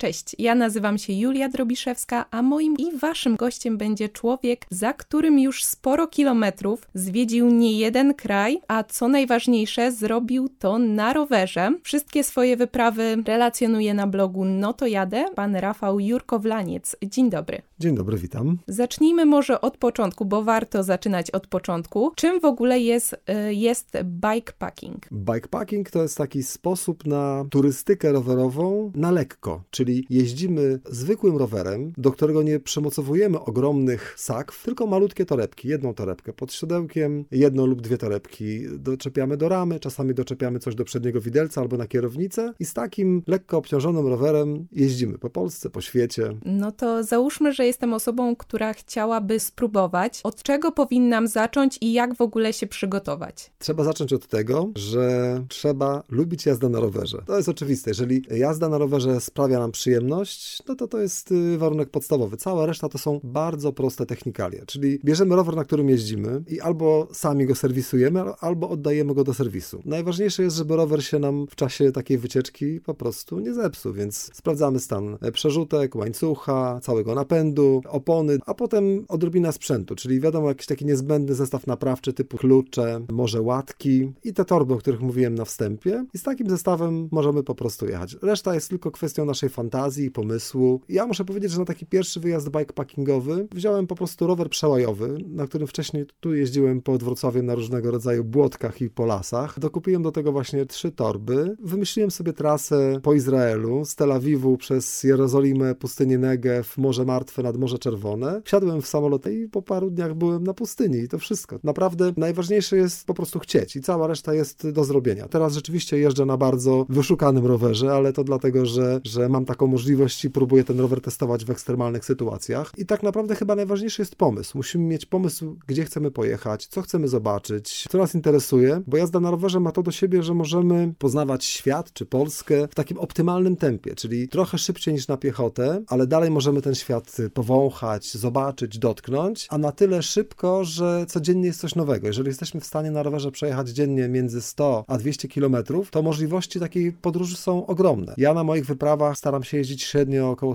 Cześć, ja nazywam się Julia Drobiszewska, a moim i waszym gościem będzie człowiek, za którym już sporo kilometrów, zwiedził nie jeden kraj, a co najważniejsze, zrobił to na rowerze. Wszystkie swoje wyprawy relacjonuje na blogu No to jadę, pan Rafał Jurkowlaniec. Dzień dobry. Dzień dobry, witam. Zacznijmy może od początku, bo warto zaczynać od początku. Czym w ogóle jest bikepacking? Bikepacking to jest taki sposób na turystykę rowerową na lekko, czyli jeździmy zwykłym rowerem, do którego nie przymocowujemy ogromnych sakw, tylko malutkie torebki, jedną torebkę pod siodełkiem, jedną lub dwie torebki doczepiamy do ramy, czasami doczepiamy coś do przedniego widelca albo na kierownicę i z takim lekko obciążonym rowerem jeździmy po Polsce, po świecie. No to załóżmy, że jestem osobą, która chciałaby spróbować. Od czego powinnam zacząć i jak w ogóle się przygotować? Trzeba zacząć od tego, że trzeba lubić jazdę na rowerze. To jest oczywiste. Jeżeli jazda na rowerze sprawia nam przyjemność, no to jest warunek podstawowy. Cała reszta to są bardzo proste technikalia, czyli bierzemy rower, na którym jeździmy i albo sami go serwisujemy, albo oddajemy go do serwisu. Najważniejsze jest, żeby rower się nam w czasie takiej wycieczki po prostu nie zepsuł, więc sprawdzamy stan przerzutek, łańcucha, całego napędu, opony, a potem odrobina sprzętu, czyli wiadomo, jakiś taki niezbędny zestaw naprawczy typu klucze, może łatki i te torby, o których mówiłem na wstępie i z takim zestawem możemy po prostu jechać. Reszta jest tylko kwestią naszej fantazji i pomysłu. Ja muszę powiedzieć, że na taki pierwszy wyjazd bikepackingowy wziąłem po prostu rower przełajowy, na którym wcześniej tu jeździłem pod Wrocławiem na różnego rodzaju błodkach i po lasach. Dokupiłem do tego właśnie 3 torby. Wymyśliłem sobie trasę po Izraelu, z Tel Awiwu przez Jerozolimę, pustynię Negew, Morze Martwe nad Morze Czerwone. Wsiadłem w samolot i po paru dniach byłem na pustyni i to wszystko. Naprawdę najważniejsze jest po prostu chcieć i cała reszta jest do zrobienia. Teraz rzeczywiście jeżdżę na bardzo wyszukanym rowerze, ale to dlatego, że mam taką możliwość i próbuję ten rower testować w ekstremalnych sytuacjach. I tak naprawdę chyba najważniejszy jest pomysł. Musimy mieć pomysł, gdzie chcemy pojechać, co chcemy zobaczyć, co nas interesuje, bo jazda na rowerze ma to do siebie, że możemy poznawać świat czy Polskę w takim optymalnym tempie, czyli trochę szybciej niż na piechotę, ale dalej możemy ten świat powąchać, zobaczyć, dotknąć, a na tyle szybko, że codziennie jest coś nowego. Jeżeli jesteśmy w stanie na rowerze przejechać dziennie między 100 a 200 km, to możliwości takiej podróży są ogromne. Ja na moich wyprawach staram się jeździć średnio około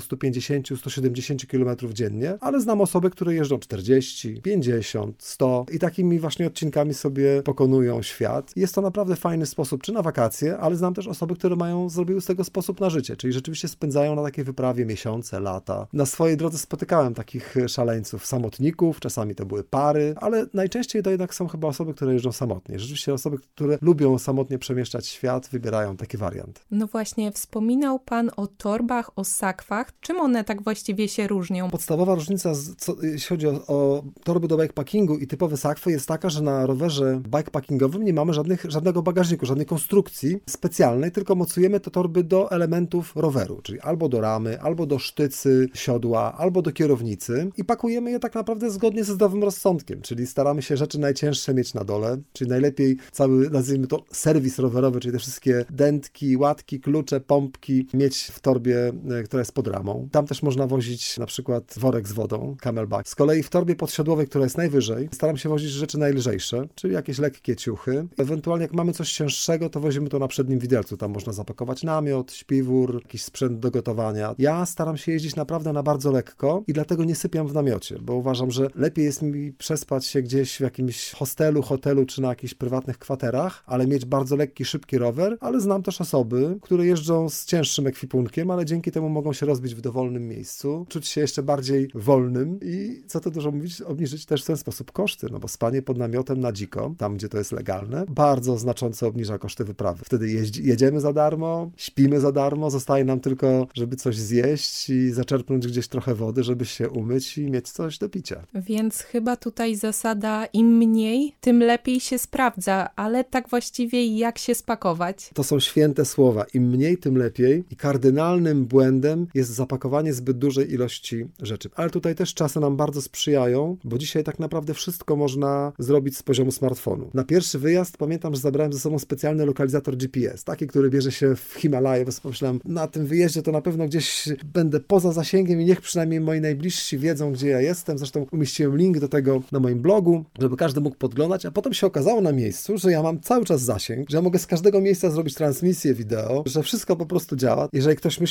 150-170 km dziennie, ale znam osoby, które jeżdżą 40, 50, 100 i takimi właśnie odcinkami sobie pokonują świat. Jest to naprawdę fajny sposób, czy na wakacje, ale znam też osoby, które zrobiły z tego sposób na życie, czyli rzeczywiście spędzają na takiej wyprawie miesiące, lata. Na swojej drodze spotykałem takich szaleńców, samotników, czasami to były pary, ale najczęściej to jednak są chyba osoby, które jeżdżą samotnie. Rzeczywiście osoby, które lubią samotnie przemieszczać świat, wybierają taki wariant. No właśnie, wspominał pan o torbach, o sakwach. Czym one tak właściwie się różnią? Podstawowa różnica, jeśli chodzi o torby do bikepackingu i typowe sakwy, jest taka, że na rowerze bikepackingowym nie mamy żadnego bagażniku, żadnej konstrukcji specjalnej, tylko mocujemy te torby do elementów roweru, czyli albo do ramy, albo do sztycy siodła, albo do kierownicy i pakujemy je tak naprawdę zgodnie ze zdrowym rozsądkiem, czyli staramy się rzeczy najcięższe mieć na dole, czyli najlepiej cały, nazwijmy to, serwis rowerowy, czyli te wszystkie dętki, łatki, klucze, pompki mieć w torbie, która jest pod ramą. Tam też można wozić na przykład worek z wodą, camelback. Z kolei w torbie podsiodłowej, która jest najwyżej, staram się wozić rzeczy najlżejsze, czyli jakieś lekkie ciuchy. Ewentualnie jak mamy coś cięższego, to wozimy to na przednim widelcu. Tam można zapakować namiot, śpiwór, jakiś sprzęt do gotowania. Ja staram się jeździć naprawdę na bardzo lekko i dlatego nie sypiam w namiocie, bo uważam, że lepiej jest mi przespać się gdzieś w jakimś hostelu, hotelu czy na jakichś prywatnych kwaterach, ale mieć bardzo lekki, szybki rower, ale znam też osoby, które jeżdżą z cięższym ekwipunkiem, ale dzięki temu mogą się rozbić w dowolnym miejscu, czuć się jeszcze bardziej wolnym i co to dużo mówić, obniżyć też w ten sposób koszty, no bo spanie pod namiotem na dziko, tam gdzie to jest legalne, bardzo znacząco obniża koszty wyprawy. Wtedy jedziemy za darmo, śpimy za darmo, zostaje nam tylko, żeby coś zjeść i zaczerpnąć gdzieś trochę wody, żeby się umyć i mieć coś do picia. Więc chyba tutaj zasada im mniej, tym lepiej się sprawdza, ale tak właściwie jak się spakować? To są święte słowa. Im mniej, tym lepiej i kardynalnym błędem jest zapakowanie zbyt dużej ilości rzeczy. Ale tutaj też czasy nam bardzo sprzyjają, bo dzisiaj tak naprawdę wszystko można zrobić z poziomu smartfonu. Na pierwszy wyjazd pamiętam, że zabrałem ze sobą specjalny lokalizator GPS, taki, który bierze się w Himalaje, bo pomyślałem, na tym wyjeździe to na pewno gdzieś będę poza zasięgiem i niech przynajmniej moi najbliżsi wiedzą, gdzie ja jestem. Zresztą umieściłem link do tego na moim blogu, żeby każdy mógł podglądać, a potem się okazało na miejscu, że ja mam cały czas zasięg, że ja mogę z każdego miejsca zrobić transmisję wideo, że wszystko po prostu działa. Jeżeli ktoś myśli,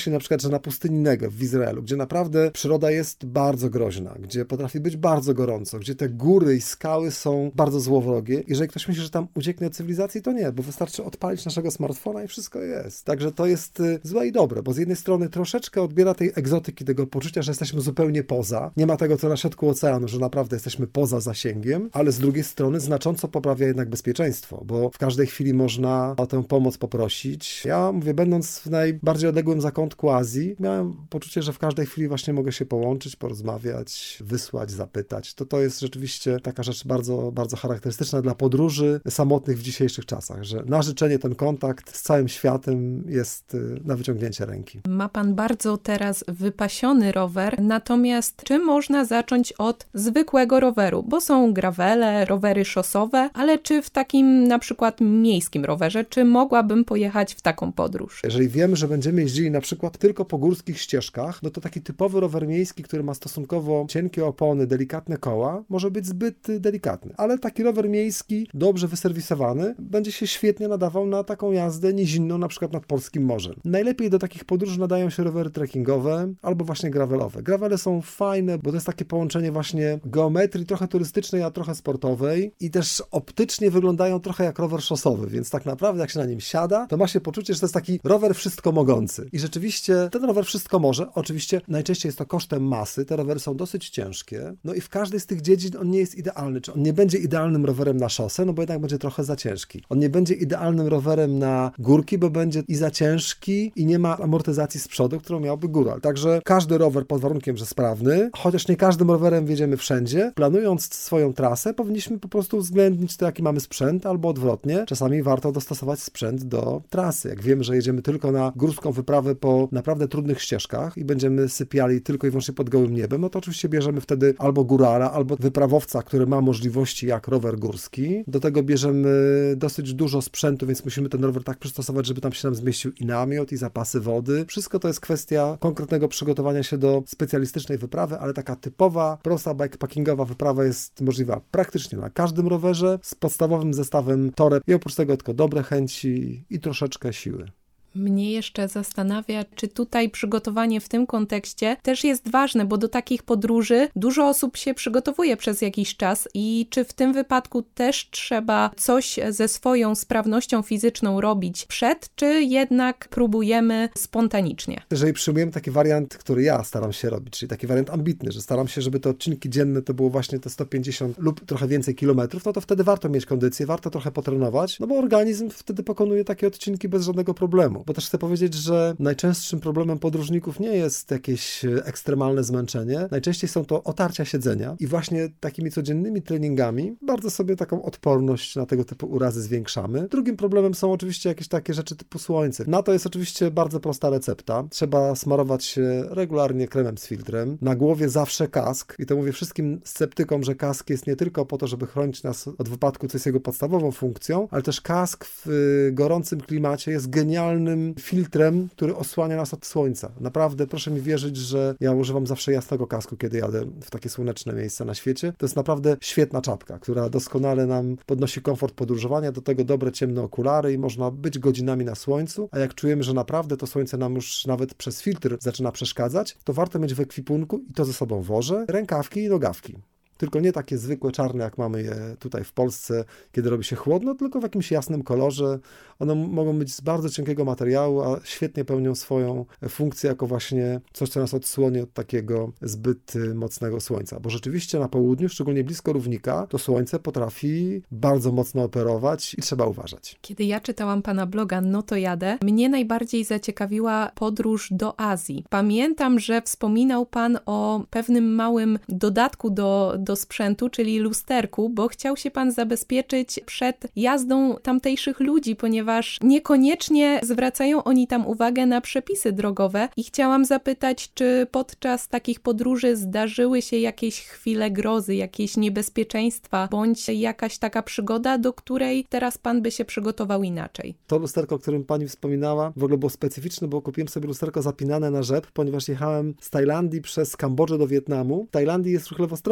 myśli na przykład, że na pustyni Negev w Izraelu, gdzie naprawdę przyroda jest bardzo groźna, gdzie potrafi być bardzo gorąco, gdzie te góry i skały są bardzo złowrogie. Jeżeli ktoś myśli, że tam ucieknie od cywilizacji, to nie, bo wystarczy odpalić naszego smartfona i wszystko jest. Także to jest złe i dobre, bo z jednej strony troszeczkę odbiera tej egzotyki, tego poczucia, że jesteśmy zupełnie poza. Nie ma tego, co na środku oceanu, że naprawdę jesteśmy poza zasięgiem, ale z drugiej strony znacząco poprawia jednak bezpieczeństwo, bo w każdej chwili można o tę pomoc poprosić. Ja mówię, będąc w najbardziej odległym zakątku Azji, miałem poczucie, że w każdej chwili właśnie mogę się połączyć, porozmawiać, wysłać, zapytać. To jest rzeczywiście taka rzecz bardzo, bardzo charakterystyczna dla podróży samotnych w dzisiejszych czasach, że na życzenie ten kontakt z całym światem jest na wyciągnięcie ręki. Ma pan bardzo teraz wypasiony rower, natomiast czy można zacząć od zwykłego roweru? Bo są gravele, rowery szosowe, ale czy w takim na przykład miejskim rowerze, czy mogłabym pojechać w taką podróż? Jeżeli wiemy, że będziemy jeździli na przykład tylko po górskich ścieżkach, no to taki typowy rower miejski, który ma stosunkowo cienkie opony, delikatne koła, może być zbyt delikatny. Ale taki rower miejski, dobrze wyserwisowany, będzie się świetnie nadawał na taką jazdę nizinną, na przykład nad polskim morzem. Najlepiej do takich podróży nadają się rowery trekkingowe albo właśnie gravelowe. Gravele są fajne, bo to jest takie połączenie właśnie geometrii trochę turystycznej, a trochę sportowej i też optycznie wyglądają trochę jak rower szosowy, więc tak naprawdę jak się na nim siada, to ma się poczucie, że to jest taki rower wszystko mogący. I rzeczywiście ten rower wszystko może. Oczywiście najczęściej jest to kosztem masy. Te rowery są dosyć ciężkie. No i w każdej z tych dziedzin on nie jest idealny. Czy on nie będzie idealnym rowerem na szosę, no bo jednak będzie trochę za ciężki. On nie będzie idealnym rowerem na górki, bo będzie i za ciężki i nie ma amortyzacji z przodu, którą miałby góral. Także każdy rower pod warunkiem, że sprawny, chociaż nie każdym rowerem wjedziemy wszędzie, planując swoją trasę, powinniśmy po prostu uwzględnić to, jaki mamy sprzęt, albo odwrotnie. Czasami warto dostosować sprzęt do trasy. Jak wiemy, że jedziemy tylko na górską wyprawę po naprawdę trudnych ścieżkach i będziemy sypiali tylko i wyłącznie pod gołym niebem, no to oczywiście bierzemy wtedy albo górala, albo wyprawowca, który ma możliwości jak rower górski. Do tego bierzemy dosyć dużo sprzętu, więc musimy ten rower tak przystosować, żeby tam się nam zmieścił i namiot, i zapasy wody. Wszystko to jest kwestia konkretnego przygotowania się do specjalistycznej wyprawy, ale taka typowa, prosta bikepackingowa wyprawa jest możliwa praktycznie na każdym rowerze z podstawowym zestawem toreb i oprócz tego tylko dobre chęci i troszeczkę siły. Mnie jeszcze zastanawia, czy tutaj przygotowanie w tym kontekście też jest ważne, bo do takich podróży dużo osób się przygotowuje przez jakiś czas i czy w tym wypadku też trzeba coś ze swoją sprawnością fizyczną robić przed, czy jednak próbujemy spontanicznie? Jeżeli przyjmujemy taki wariant, który ja staram się robić, czyli taki wariant ambitny, że staram się, żeby te odcinki dzienne to było właśnie te 150 lub trochę więcej kilometrów, no to wtedy warto mieć kondycję, warto trochę potrenować, no bo organizm wtedy pokonuje takie odcinki bez żadnego problemu. Bo też chcę powiedzieć, że najczęstszym problemem podróżników nie jest jakieś ekstremalne zmęczenie. Najczęściej są to otarcia siedzenia i właśnie takimi codziennymi treningami bardzo sobie taką odporność na tego typu urazy zwiększamy. Drugim problemem są oczywiście jakieś takie rzeczy typu słońce. Na to jest oczywiście bardzo prosta recepta. Trzeba smarować się regularnie kremem z filtrem. Na głowie zawsze kask i to mówię wszystkim sceptykom, że kask jest nie tylko po to, żeby chronić nas od wypadku, co jest jego podstawową funkcją, ale też kask w gorącym klimacie jest genialnym filtrem, który osłania nas od słońca. Naprawdę proszę mi wierzyć, że ja używam zawsze jasnego kasku, kiedy jadę w takie słoneczne miejsca na świecie. To jest naprawdę świetna czapka, która doskonale nam podnosi komfort podróżowania, do tego dobre ciemne okulary i można być godzinami na słońcu, a jak czujemy, że naprawdę to słońce nam już nawet przez filtr zaczyna przeszkadzać, to warto mieć w ekwipunku i to ze sobą wożę, rękawki i nogawki. Tylko nie takie zwykłe czarne, jak mamy je tutaj w Polsce, kiedy robi się chłodno, tylko w jakimś jasnym kolorze. One mogą być z bardzo cienkiego materiału, a świetnie pełnią swoją funkcję jako właśnie coś, co nas odsłoni od takiego zbyt mocnego słońca. Bo rzeczywiście na południu, szczególnie blisko równika, to słońce potrafi bardzo mocno operować i trzeba uważać. Kiedy ja czytałam pana bloga No to jadę, mnie najbardziej zaciekawiła podróż do Azji. Pamiętam, że wspominał pan o pewnym małym dodatku do sprzętu, czyli lusterku, bo chciał się pan zabezpieczyć przed jazdą tamtejszych ludzi, ponieważ niekoniecznie zwracają oni tam uwagę na przepisy drogowe i chciałam zapytać, czy podczas takich podróży zdarzyły się jakieś chwile grozy, jakieś niebezpieczeństwa, bądź jakaś taka przygoda, do której teraz pan by się przygotował inaczej. To lusterko, o którym pani wspominała, w ogóle było specyficzne, bo kupiłem sobie lusterko zapinane na rzep, ponieważ jechałem z Tajlandii przez Kambodżę do Wietnamu. W Tajlandii jest ruch lewostronny.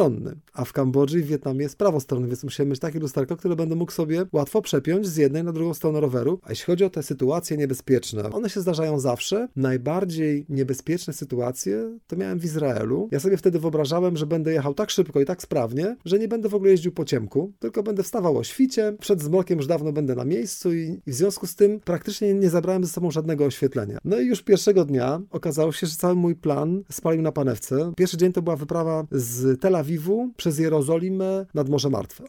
a w Kambodży i w Wietnamie jest prawostronny, więc musiałem mieć takie lusterko, które będę mógł sobie łatwo przepiąć z jednej na drugą stronę roweru. A jeśli chodzi o te sytuacje niebezpieczne, one się zdarzają zawsze. Najbardziej niebezpieczne sytuacje to miałem w Izraelu. Ja sobie wtedy wyobrażałem, że będę jechał tak szybko i tak sprawnie, że nie będę w ogóle jeździł po ciemku, tylko będę wstawał o świcie, przed zmrokiem już dawno będę na miejscu i w związku z tym praktycznie nie zabrałem ze sobą żadnego oświetlenia. No i już pierwszego dnia okazało się, że cały mój plan spalił na panewce. Pierwszy dzień to była wyprawa z Tel Awiwu przez Jerozolimę nad Morze Martwe.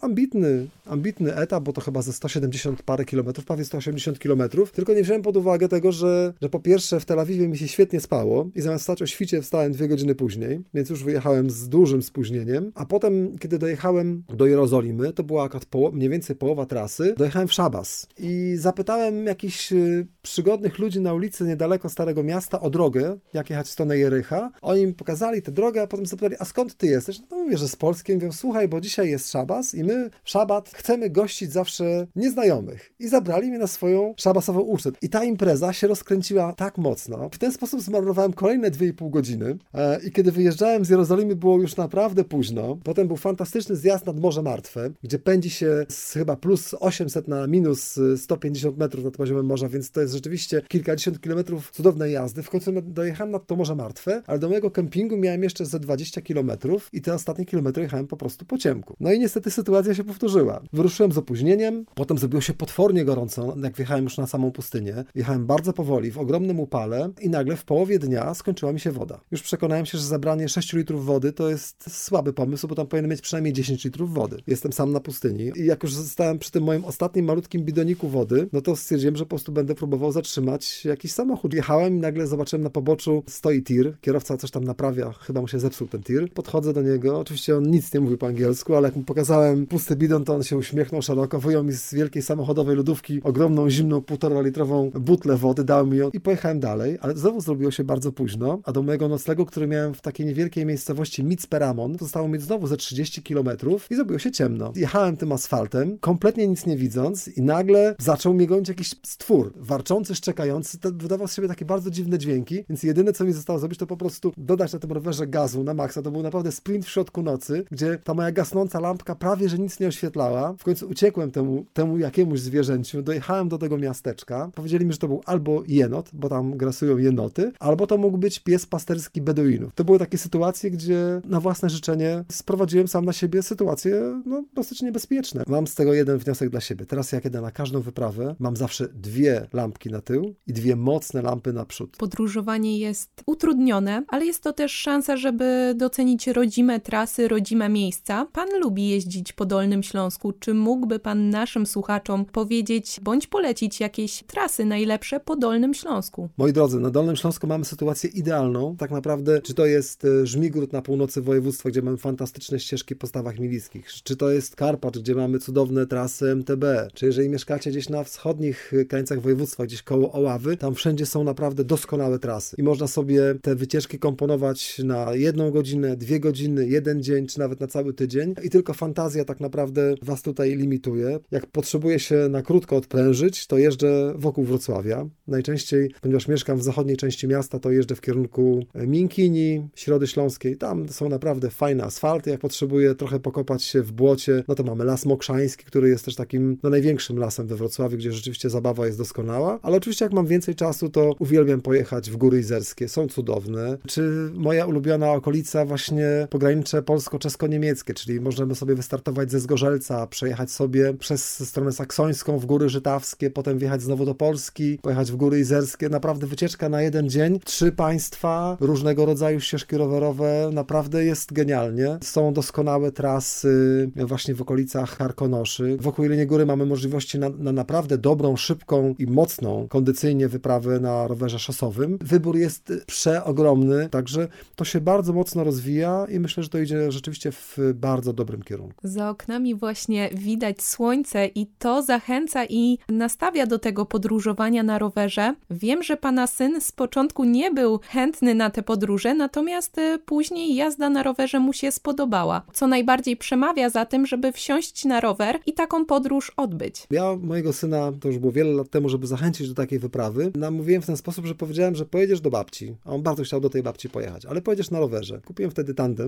Ambitny etap, bo to chyba ze 170 parę kilometrów, prawie 180 kilometrów, tylko nie wziąłem pod uwagę tego, że po pierwsze w Tel Awiwie mi się świetnie spało i zamiast wstać o świcie wstałem 2 godziny później, więc już wyjechałem z dużym spóźnieniem, a potem, kiedy dojechałem do Jerozolimy, to była akurat mniej więcej połowa trasy, dojechałem w szabas i zapytałem jakichś przygodnych ludzi na ulicy niedaleko Starego Miasta o drogę, jak jechać w stronę Jericha. Oni mi pokazali tę drogę, a potem zapytali, a skąd ty jesteś? No mówię, że z Polski. Mówią, słuchaj, bo dzisiaj jest szabas i my w szabat chcemy gościć zawsze nieznajomych. I zabrali mnie na swoją szabasową ucztę. I ta impreza się rozkręciła tak mocno. W ten sposób zmarnowałem kolejne 2,5 godziny i kiedy wyjeżdżałem z Jerozolimy, było już naprawdę późno. Potem był fantastyczny zjazd nad Morze Martwe, gdzie pędzi się z chyba plus 800 na minus 150 metrów nad poziomem morza, więc to jest rzeczywiście kilkadziesiąt kilometrów cudownej jazdy. W końcu dojechałem nad to Morze Martwe, ale do mojego kempingu miałem jeszcze ze 20 kilometrów i te ostatnie kilometry jechałem po prostu po ciemku. No i niestety sytuacja się powtórzyła. Wyruszyłem z opóźnieniem, potem zrobiło się potwornie gorąco, jak wjechałem już na samą pustynię. Jechałem bardzo powoli, w ogromnym upale i nagle w połowie dnia skończyła mi się woda. Już przekonałem się, że zabranie 6 litrów wody to jest słaby pomysł, bo tam powinien mieć przynajmniej 10 litrów wody. Jestem sam na pustyni i jak już zostałem przy tym moim ostatnim malutkim bidoniku wody, no to stwierdziłem, że po prostu będę próbował zatrzymać jakiś samochód. Jechałem i nagle zobaczyłem na poboczu stoi tir, kierowca coś tam naprawia, chyba mu się zepsuł ten tir. Podchodzę do niego, oczywiście on nic nie mówił po angielsku, ale jak mu pokazałem pusty bidon, to on się uśmiechnął szeroko, wyjął mi z wielkiej samochodowej lodówki ogromną, zimną, 1,5-litrową butlę wody, dał mi ją i pojechałem dalej, ale znowu zrobiło się bardzo późno, a do mojego noclegu, który miałem w takiej niewielkiej miejscowości Mitzperamon, zostało mi znowu ze 30 kilometrów i zrobiło się ciemno. Jechałem tym asfaltem, kompletnie nic nie widząc i nagle zaczął mnie gonić jakiś stwór, warczący, szczekający, to wydawał z siebie takie bardzo dziwne dźwięki, więc jedyne, co mi zostało zrobić, to po prostu dodać na tym rowerze gazu na maksa. To był naprawdę sprint w środku nocy, gdzie ta moja gasnąca lampka prawie, że nic nie oświetlała. W końcu uciekłem temu jakiemuś zwierzęciu, dojechałem do tego miasteczka. Powiedzieli mi, że to był albo jenot, bo tam grasują jenoty, albo to mógł być pies pasterski Beduinów. To były takie sytuacje, gdzie na własne życzenie sprowadziłem sam na siebie sytuacje, dosyć niebezpieczne. Mam z tego jeden wniosek dla siebie. Teraz jak jedę na każdą wyprawę, mam zawsze 2 lampki na tył i 2 mocne lampy na przód. Podróżowanie jest utrudnione, ale jest to też szansa, żeby docenić rodzime trasy, rodzime miejsca. Pan lubi jeździć po Dolnym Śląsku. Czy mógłby pan naszym słuchaczom powiedzieć, bądź polecić jakieś trasy najlepsze po Dolnym Śląsku? Moi drodzy, na Dolnym Śląsku mamy sytuację idealną. Tak naprawdę, czy to jest Żmigród na północy województwa, gdzie mamy fantastyczne ścieżki po stawach milickich, czy to jest Karpacz, gdzie mamy cudowne trasy MTB, czy jeżeli mieszkacie gdzieś na wschodnich krańcach województwa, gdzieś koło Oławy, tam wszędzie są naprawdę doskonałe trasy. I można sobie te wycieczki komponować na 1 godzinę, 2 godziny, 1 dzień, czy nawet na cały tydzień. I tylko fantazja tak naprawdę was tutaj limituje. Jak potrzebuję się na krótko odprężyć, to jeżdżę wokół Wrocławia. Najczęściej, ponieważ mieszkam w zachodniej części miasta, to jeżdżę w kierunku Miękini, Środy Śląskiej. Tam są naprawdę fajne asfalty. Jak potrzebuję trochę pokopać się w błocie, no to mamy Las Mokrzański, który jest też takim największym lasem we Wrocławiu, gdzie rzeczywiście zabawa jest doskonała. Ale oczywiście jak mam więcej czasu, to uwielbiam pojechać w Góry Izerskie. Są cudowne. Czy moja ulubiona okolica właśnie pogranicze polsko-czesko-niemieckie, czyli możemy sobie wystartować ze Zgorzelca, przejechać sobie przez stronę saksońską w Góry Żytawskie, potem wjechać znowu do Polski, pojechać w Góry Izerskie. Naprawdę wycieczka na 1 dzień, 3 państwa, różnego rodzaju ścieżki rowerowe. Naprawdę jest genialnie. Są doskonałe trasy właśnie w okolicach Karkonoszy. Wokół Jeleniej Góry mamy możliwości na naprawdę dobrą, szybką i mocną kondycyjnie wyprawę na rowerze szosowym. Wybór jest przeogromny, także to się bardzo mocno rozwija i myślę, że to idzie rzeczywiście w bardzo dobrym kierunku. Za oknami właśnie widać słońce i to zachęca i nastawia do tego podróżowania na rowerze. Wiem, że pana syn z początku nie był chętny na te podróże, natomiast później jazda na rowerze mu się spodobała. Co najbardziej przemawia za tym, żeby wsiąść na rower i taką podróż odbyć. Ja mojego syna, to już było wiele lat temu, żeby zachęcić do takiej wyprawy, namówiłem w ten sposób, że powiedziałem, że pojedziesz do babci. A on bardzo chciał do tej babci pojechać, ale pojedziesz na rowerze. Kupiłem wtedy tandem specjalnie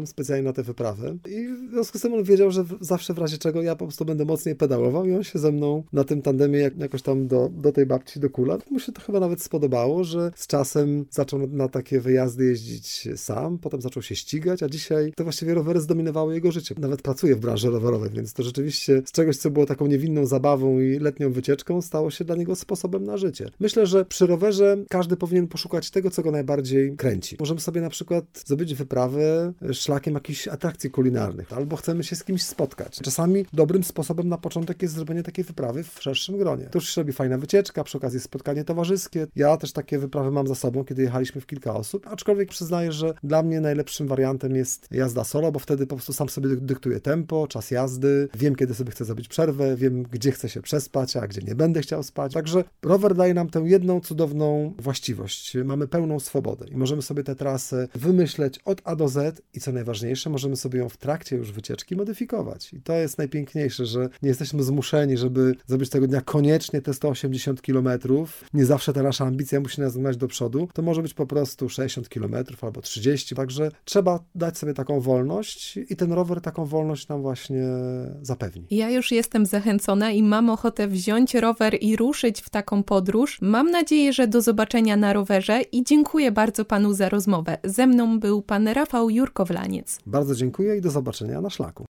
na te wyprawy i w związku z tym on wiedział, że zawsze w razie czego ja po prostu będę mocniej pedałował i on się ze mną na tym tandemie jakoś tam do tej babci do Kula. Mu się to chyba nawet spodobało, że z czasem zaczął na takie wyjazdy jeździć sam, potem zaczął się ścigać, a dzisiaj to właściwie rowery zdominowały jego życie. Nawet pracuje w branży rowerowej, więc to rzeczywiście z czegoś, co było taką niewinną zabawą i letnią wycieczką, stało się dla niego sposobem na życie. Myślę, że przy rowerze każdy powinien poszukać tego, co go najbardziej kręci. Możemy sobie na przykład zrobić wyprawę szlakiem jakichś atrakcji kulinarnych, albo chcemy się z kimś spotkać. Czasami dobrym sposobem na początek jest zrobienie takiej wyprawy w szerszym gronie. To już się robi fajna wycieczka, przy okazji spotkanie towarzyskie. Ja też takie wyprawy mam za sobą, kiedy jechaliśmy w kilka osób, aczkolwiek przyznaję, że dla mnie najlepszym wariantem jest jazda solo, bo wtedy po prostu sam sobie dyktuję tempo, czas jazdy, wiem, kiedy sobie chcę zrobić przerwę, wiem, gdzie chcę się przespać, a gdzie nie będę chciał spać. Także rower daje nam tę jedną cudowną właściwość. Mamy pełną swobodę i możemy sobie tę trasę wymyśleć od A do Z i co najważniejsze, możemy sobie ją w trakcie już wycieczki modyfikować. I to jest najpiękniejsze, że nie jesteśmy zmuszeni, żeby zrobić tego dnia koniecznie te 180 km. Nie zawsze ta nasza ambicja musi nas gnać do przodu. To może być po prostu 60 km albo 30. Także trzeba dać sobie taką wolność i ten rower taką wolność nam właśnie zapewni. Ja już jestem zachęcona i mam ochotę wziąć rower i ruszyć w taką podróż. Mam nadzieję, że do zobaczenia na rowerze i dziękuję bardzo panu za rozmowę. Ze mną był pan Rafał Jurkowlaniec. Bardzo dziękuję i do zobaczenia na szlaku.